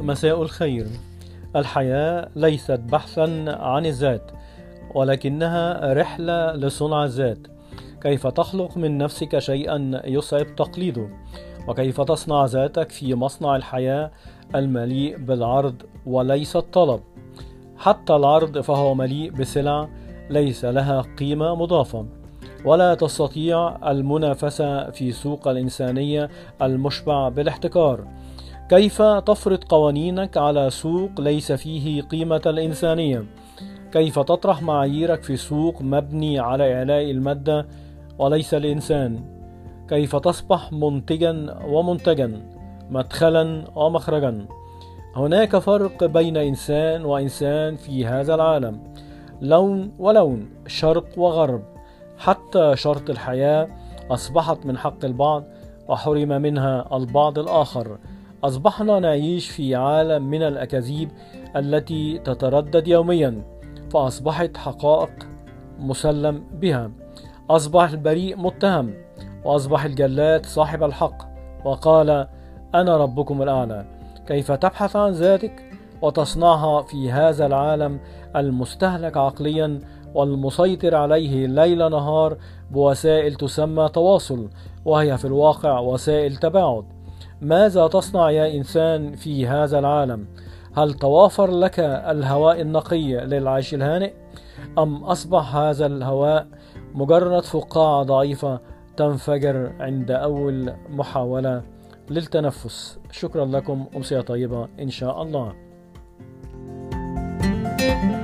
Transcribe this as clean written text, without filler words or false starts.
مساء الخير. الحياة ليست بحثا عن الذات، ولكنها رحلة لصنع الذات. كيف تخلق من نفسك شيئا يصعب تقليده، وكيف تصنع ذاتك في مصنع الحياة المليء بالعرض وليس الطلب. حتى العرض فهو مليء بسلع ليس لها قيمة مضافة، ولا تستطيع المنافسة في سوق الإنسانية المشبع بالاحتكار. كيف تفرض قوانينك على سوق ليس فيه قيمة الإنسانية؟ كيف تطرح معاييرك في سوق مبني على إعلاء المادة وليس الإنسان؟ كيف تصبح منتجا ومنتجا، مدخلا ومخرجا؟ هناك فرق بين إنسان وإنسان في هذا العالم، لون ولون، شرق وغرب. حتى شرط الحياة أصبحت من حق البعض وحرم منها البعض الآخر. أصبحنا نعيش في عالم من الأكاذيب التي تتردد يوميا، فأصبحت حقائق مسلم بها. أصبح البريء متهم، وأصبح الجلاد صاحب الحق، وقال: أنا ربكم الأعلى. كيف تبحث عن ذاتك وتصنعها في هذا العالم المستهلك عقليا والمسيطر عليه ليل نهار بوسائل تسمى تواصل، وهي في الواقع وسائل تباعد؟ ماذا تصنع يا إنسان في هذا العالم؟ هل توافر لك الهواء النقي للعيش الهانئ، أم أصبح هذا الهواء مجرد فقاعة ضعيفة تنفجر عند أول محاولة للتنفس؟ شكرا لكم، أمسية طيبة إن شاء الله.